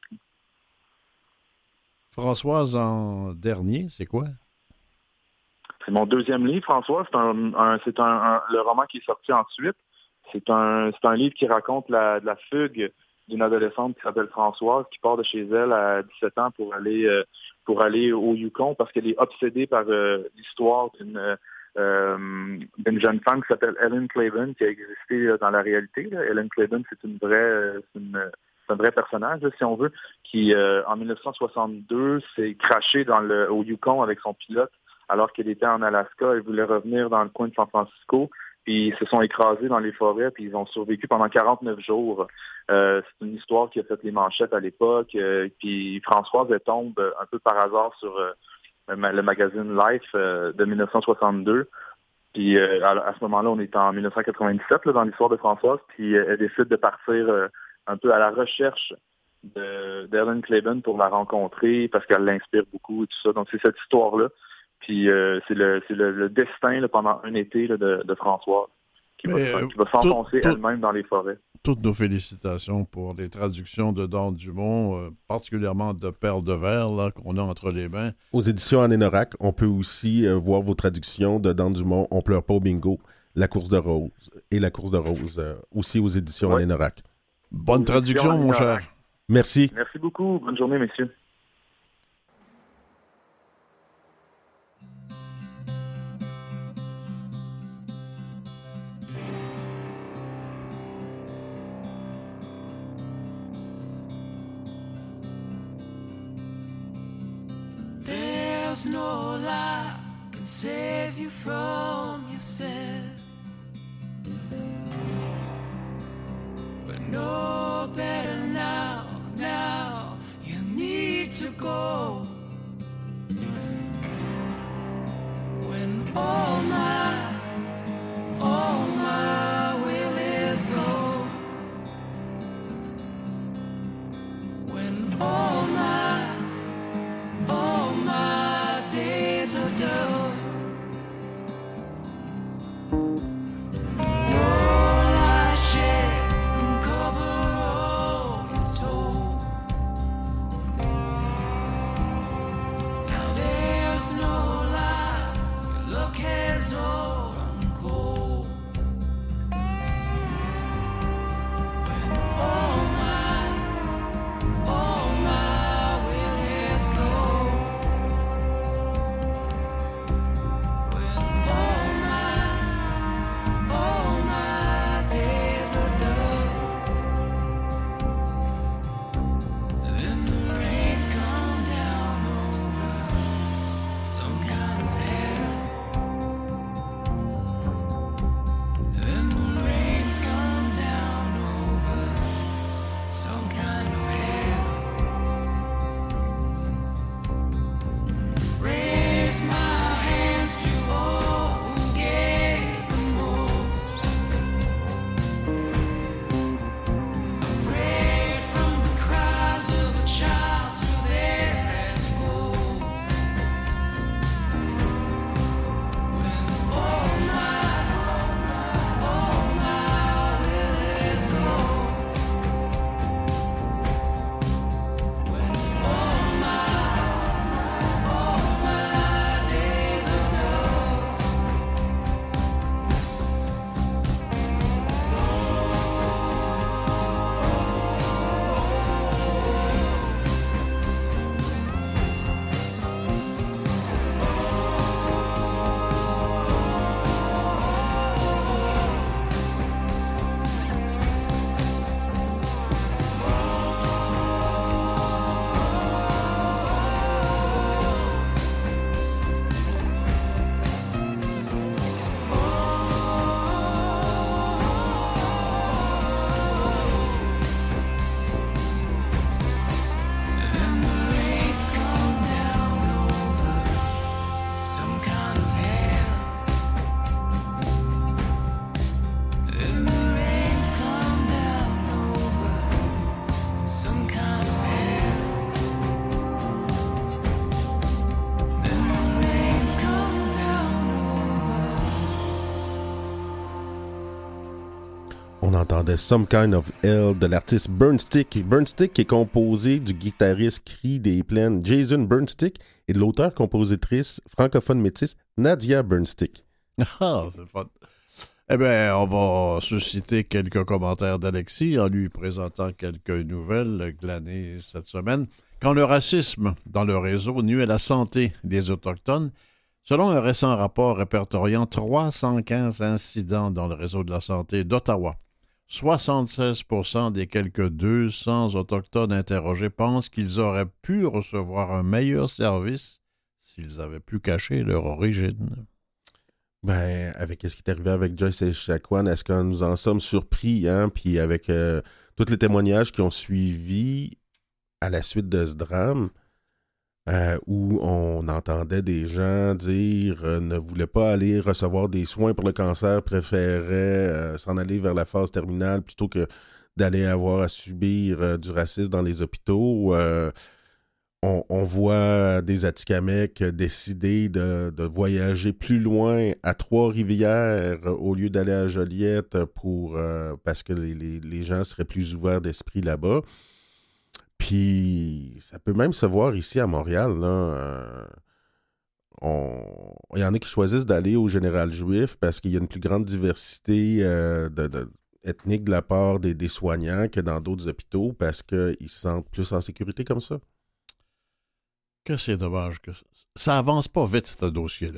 Françoise, en dernier, c'est quoi? C'est mon deuxième livre, Françoise. C'est le roman qui est sorti ensuite. C'est un livre qui raconte la fugue d'une adolescente qui s'appelle Françoise, qui part de chez elle à 17 ans pour aller au Yukon parce qu'elle est obsédée par l'histoire d'une jeune femme qui s'appelle Ellen Clavin, qui a existé dans la réalité. Là. Ellen Clavin, c'est un vrai personnage, là, si on veut, qui, en 1962, s'est crashé au Yukon avec son pilote alors qu'elle était en Alaska. Elle voulait revenir dans le coin de San Francisco. Puis ils se sont écrasés dans les forêts, puis ils ont survécu pendant 49 jours. C'est une histoire qui a fait les manchettes à l'époque. Puis Françoise, elle tombe un peu par hasard sur le magazine Life de 1962. Puis à ce moment-là, on est en 1997 là, dans l'histoire de Françoise. Puis elle décide de partir un peu à la recherche d'Ellen Clavin pour la rencontrer parce qu'elle l'inspire beaucoup et tout ça. Donc c'est cette histoire-là. Puis c'est le destin là, pendant un été là, de Françoise qui va s'enfoncer elle-même dans les forêts. Toutes nos félicitations pour les traductions de Dan Dumont, particulièrement de Perles de verre là, qu'on a entre les mains. Aux éditions Anénorac, on peut aussi voir vos traductions de Dan Dumont, On pleure pas au bingo, La course de rose et La course de rose, aussi aux éditions Anénorac. Bonne traduction, mon cher. Merci. Merci beaucoup. Bonne journée, messieurs. There's no lie can save you from yourself. But no better now you need to go. When all my will is gone. When all my days are done. On entendait Some Kind of Hell de l'artiste Burnstick. Burnstick est composé du guitariste Cri des Plaines Jason Burnstick et de l'auteur-compositrice francophone métisse Nadia Burnstick. Ah, c'est fun. Eh bien, on va susciter quelques commentaires d'Alexis en lui présentant quelques nouvelles glanées cette semaine. Quand le racisme dans le réseau nuit à la santé des Autochtones, selon un récent rapport répertoriant 315 incidents dans le réseau de la santé d'Ottawa, 76% des quelques 200 Autochtones interrogés pensent qu'ils auraient pu recevoir un meilleur service s'ils avaient pu cacher leur origine. Ben, avec ce qui est arrivé avec Joyce Echaquan, est-ce que nous en sommes surpris, hein? Puis avec tous les témoignages qui ont suivi à la suite de ce drame, où on entendait des gens dire ne voulaient pas aller recevoir des soins pour le cancer, préféraient s'en aller vers la phase terminale plutôt que d'aller avoir à subir du racisme dans les hôpitaux. On voit des Atikamekw décider de voyager plus loin à Trois-Rivières au lieu d'aller à Joliette parce que les gens seraient plus ouverts d'esprit là-bas. Puis, ça peut même se voir ici à Montréal. Là, il y en a qui choisissent d'aller au Général Juif parce qu'il y a une plus grande diversité ethnique de la part des soignants que dans d'autres hôpitaux parce qu'ils se sentent plus en sécurité comme ça. Que c'est dommage que ça avance pas vite, ce dossier-là.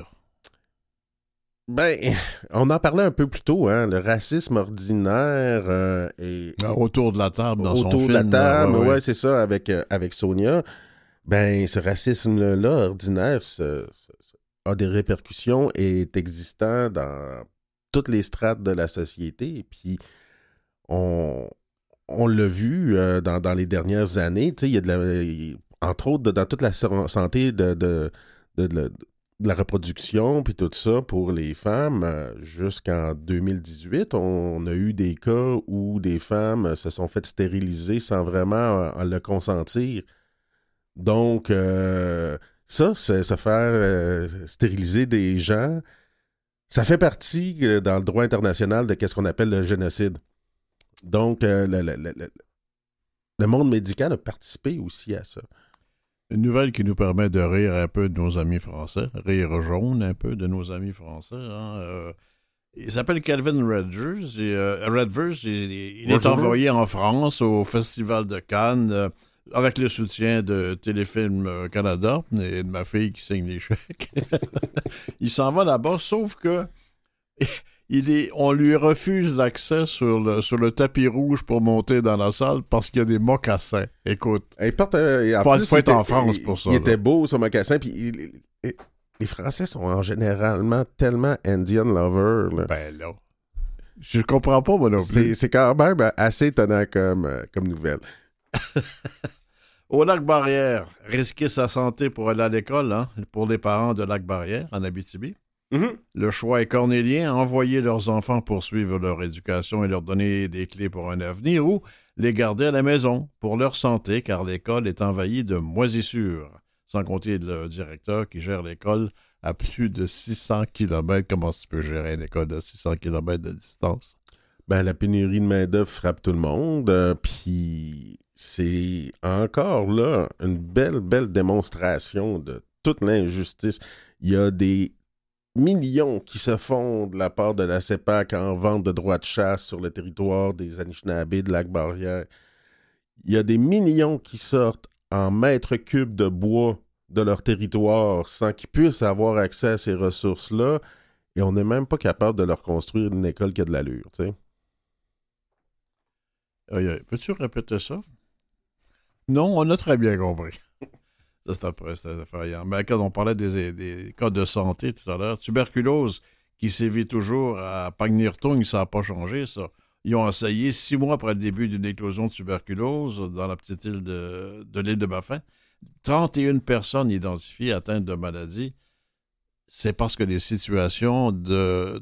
Ben, on en parlait un peu plus tôt, hein, le racisme ordinaire autour de la table dans son film. Autour de la table, ouais, c'est ça, avec Sonia. Ben, ce racisme-là ordinaire a des répercussions et est existant dans toutes les strates de la société. Et puis, on l'a vu dans les dernières années, tu sais, il y a entre autres, dans toute la santé de la reproduction, puis tout ça, pour les femmes, jusqu'en 2018, on a eu des cas où des femmes se sont faites stériliser sans vraiment le consentir. Donc, ça, se faire stériliser des gens, ça fait partie dans le droit international de ce qu'on appelle le génocide. Donc, le monde médical a participé aussi à ça. Une nouvelle qui nous permet de rire un peu de nos amis français, rire jaune un peu de nos amis français. Hein. Il s'appelle Calvin Redvers. Il est envoyé en France au Festival de Cannes avec le soutien de Téléfilm Canada et de ma fille qui signe les chèques. Il s'en va là-bas, sauf que on lui refuse l'accès sur le tapis rouge pour monter dans la salle parce qu'il y a des mocassins. Écoute, il faut être en France pour ça. Il était beau, son mocassin, puis les Français sont généralement tellement Indian lovers. Là. Ben là, je comprends pas, moi non plus. C'est quand même assez étonnant comme nouvelle. Au Lac-Barrière, risquer sa santé pour aller à l'école, hein, pour les parents de Lac-Barrière, en Abitibi. Mm-hmm. Le choix est cornélien, envoyer leurs enfants poursuivre leur éducation et leur donner des clés pour un avenir ou les garder à la maison pour leur santé car l'école est envahie de moisissures. Sans compter le directeur qui gère l'école à plus de 600 km. Comment tu peux gérer une école de 600 km de distance? Ben, la pénurie de main-d'œuvre frappe tout le monde, puis c'est encore là une belle démonstration de toute l'injustice. Il y a des millions qui se font de la part de la CEPAC en vente de droits de chasse sur le territoire des Anishinabés de Lac-Barrière. Il y a des millions qui sortent en mètres cubes de bois de leur territoire sans qu'ils puissent avoir accès à ces ressources-là et on n'est même pas capable de leur construire une école qui a de l'allure, tu sais. Peux-tu répéter ça? Non, on a très bien compris. Ça, c'est effrayant. Mais quand on parlait des cas de santé tout à l'heure, tuberculose qui sévit toujours à Pagnirtung, ça n'a pas changé, ça. Ils ont essayé 6 mois après le début d'une éclosion de tuberculose dans la petite île de l'île de Baffin. 31 personnes identifiées atteintes de maladie. C'est parce que les situations de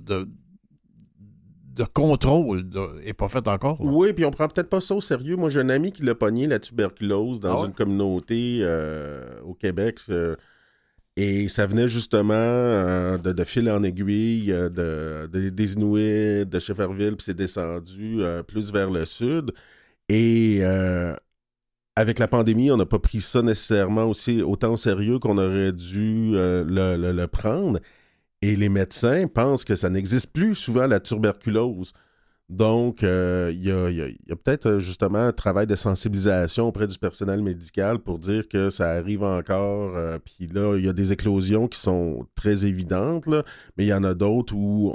contrôle n'est pas faite encore. Là. Oui, puis on prend peut-être pas ça au sérieux. Moi, j'ai un ami qui l'a pogné, la tuberculose, dans une communauté au Québec. Et ça venait justement de fil en aiguille des Inuits, de Schefferville, puis c'est descendu plus vers le sud. Et avec la pandémie, on n'a pas pris ça nécessairement aussi autant au sérieux qu'on aurait dû le prendre. Et les médecins pensent que ça n'existe plus souvent, la tuberculose. Donc, il y a peut-être justement un travail de sensibilisation auprès du personnel médical pour dire que ça arrive encore. Puis là, il y a des éclosions qui sont très évidentes, là, mais il y en a d'autres où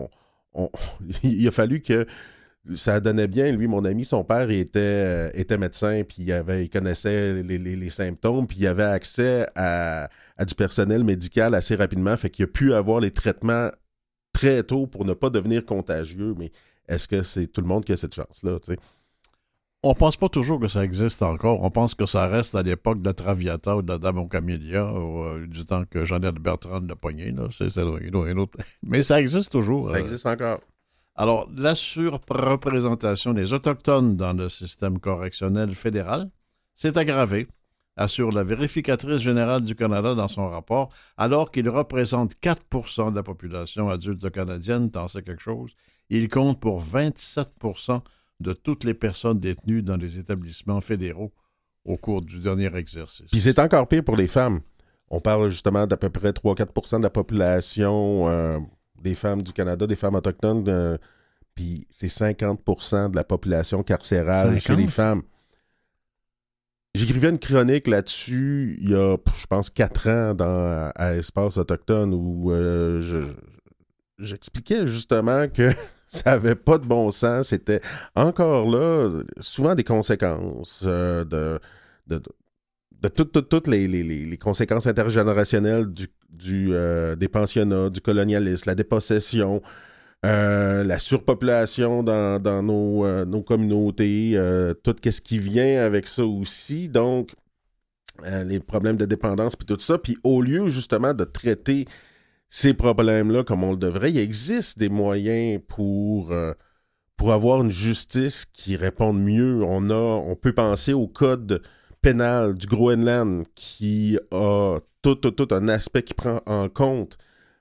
il a fallu que ça donnait bien. Lui, mon ami, son père était médecin, puis il connaissait les symptômes, puis il avait accès à du personnel médical assez rapidement, fait qu'il a pu avoir les traitements très tôt pour ne pas devenir contagieux, mais est-ce que c'est tout le monde qui a cette chance-là, tu sais? On pense pas toujours que ça existe encore. On pense que ça reste à l'époque de Traviata ou de Dame Camélia, ou du temps que Jeannette Bertrand l'a pogné, là. C'est un autre. Mais ça existe toujours. Ça existe encore. Alors, la surreprésentation des Autochtones dans le système correctionnel fédéral s'est aggravée, assure la vérificatrice générale du Canada dans son rapport, alors qu'ils représentent 4 % de la population adulte canadienne, t'en sais quelque chose. Ils comptent pour 27 % de toutes les personnes détenues dans les établissements fédéraux au cours du dernier exercice. Puis c'est encore pire pour les femmes. On parle justement d'à peu près 3-4 % de la population des femmes du Canada, des femmes autochtones, puis c'est 50 % de la population carcérale 50? chez les femmes. J'écrivais une chronique là-dessus il y a, je pense, 4 ans à Espace Autochtone où j'expliquais justement que ça n'avait pas de bon sens. C'était encore là souvent des conséquences de toutes les conséquences intergénérationnelles des pensionnats, du colonialisme, la dépossession, la surpopulation dans nos communautés, tout ce qui vient avec ça aussi. Donc, les problèmes de dépendance puis tout ça. Puis au lieu justement de traiter ces problèmes-là comme on le devrait, il existe des moyens pour avoir une justice qui réponde mieux. On peut penser au code pénal du Groenland qui a tout un aspect qui prend en compte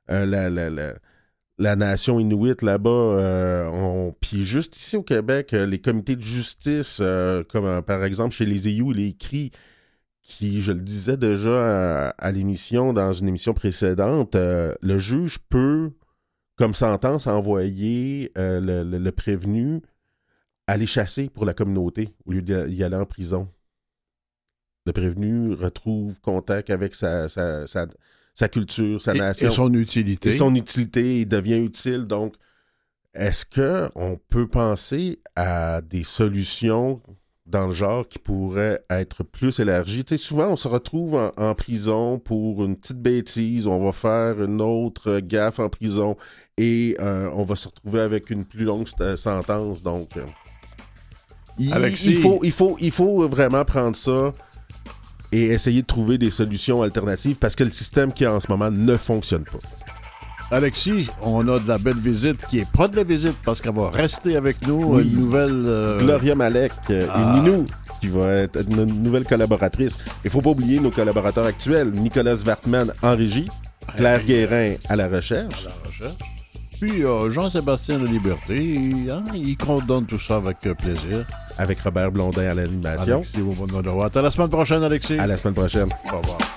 la nation inuit là-bas. Puis juste ici au Québec, les comités de justice, comme par exemple chez les EU, les CRI, qui, je le disais déjà à l'émission, dans une émission précédente, le juge peut, comme sentence, envoyer le prévenu aller chasser pour la communauté au lieu d'y aller en prison. Le prévenu retrouve contact avec sa culture, sa nation. Et son utilité. Et son utilité, il devient utile. Donc, est-ce qu'on peut penser à des solutions dans le genre qui pourraient être plus élargies? Tu sais, souvent, on se retrouve en prison pour une petite bêtise. On va faire une autre gaffe en prison et on va se retrouver avec une plus longue sentence. Donc, il faut vraiment prendre ça et essayer de trouver des solutions alternatives parce que le système qui est en ce moment ne fonctionne pas. Alexis, on a de la belle visite qui est pas de la visite parce qu'elle va rester avec nous. Oui. Une nouvelle... Gloria Malek et Minou, qui va être une nouvelle collaboratrice. Il ne faut pas oublier nos collaborateurs actuels. Nicolas Wartman en régie, Claire Guérin à la recherche. Puis Jean-Sébastien de Liberté, il coordonne tout ça avec plaisir. Avec Robert Blondin à l'animation. Alexis, à la semaine prochaine, Alexis. À la semaine prochaine. Au revoir.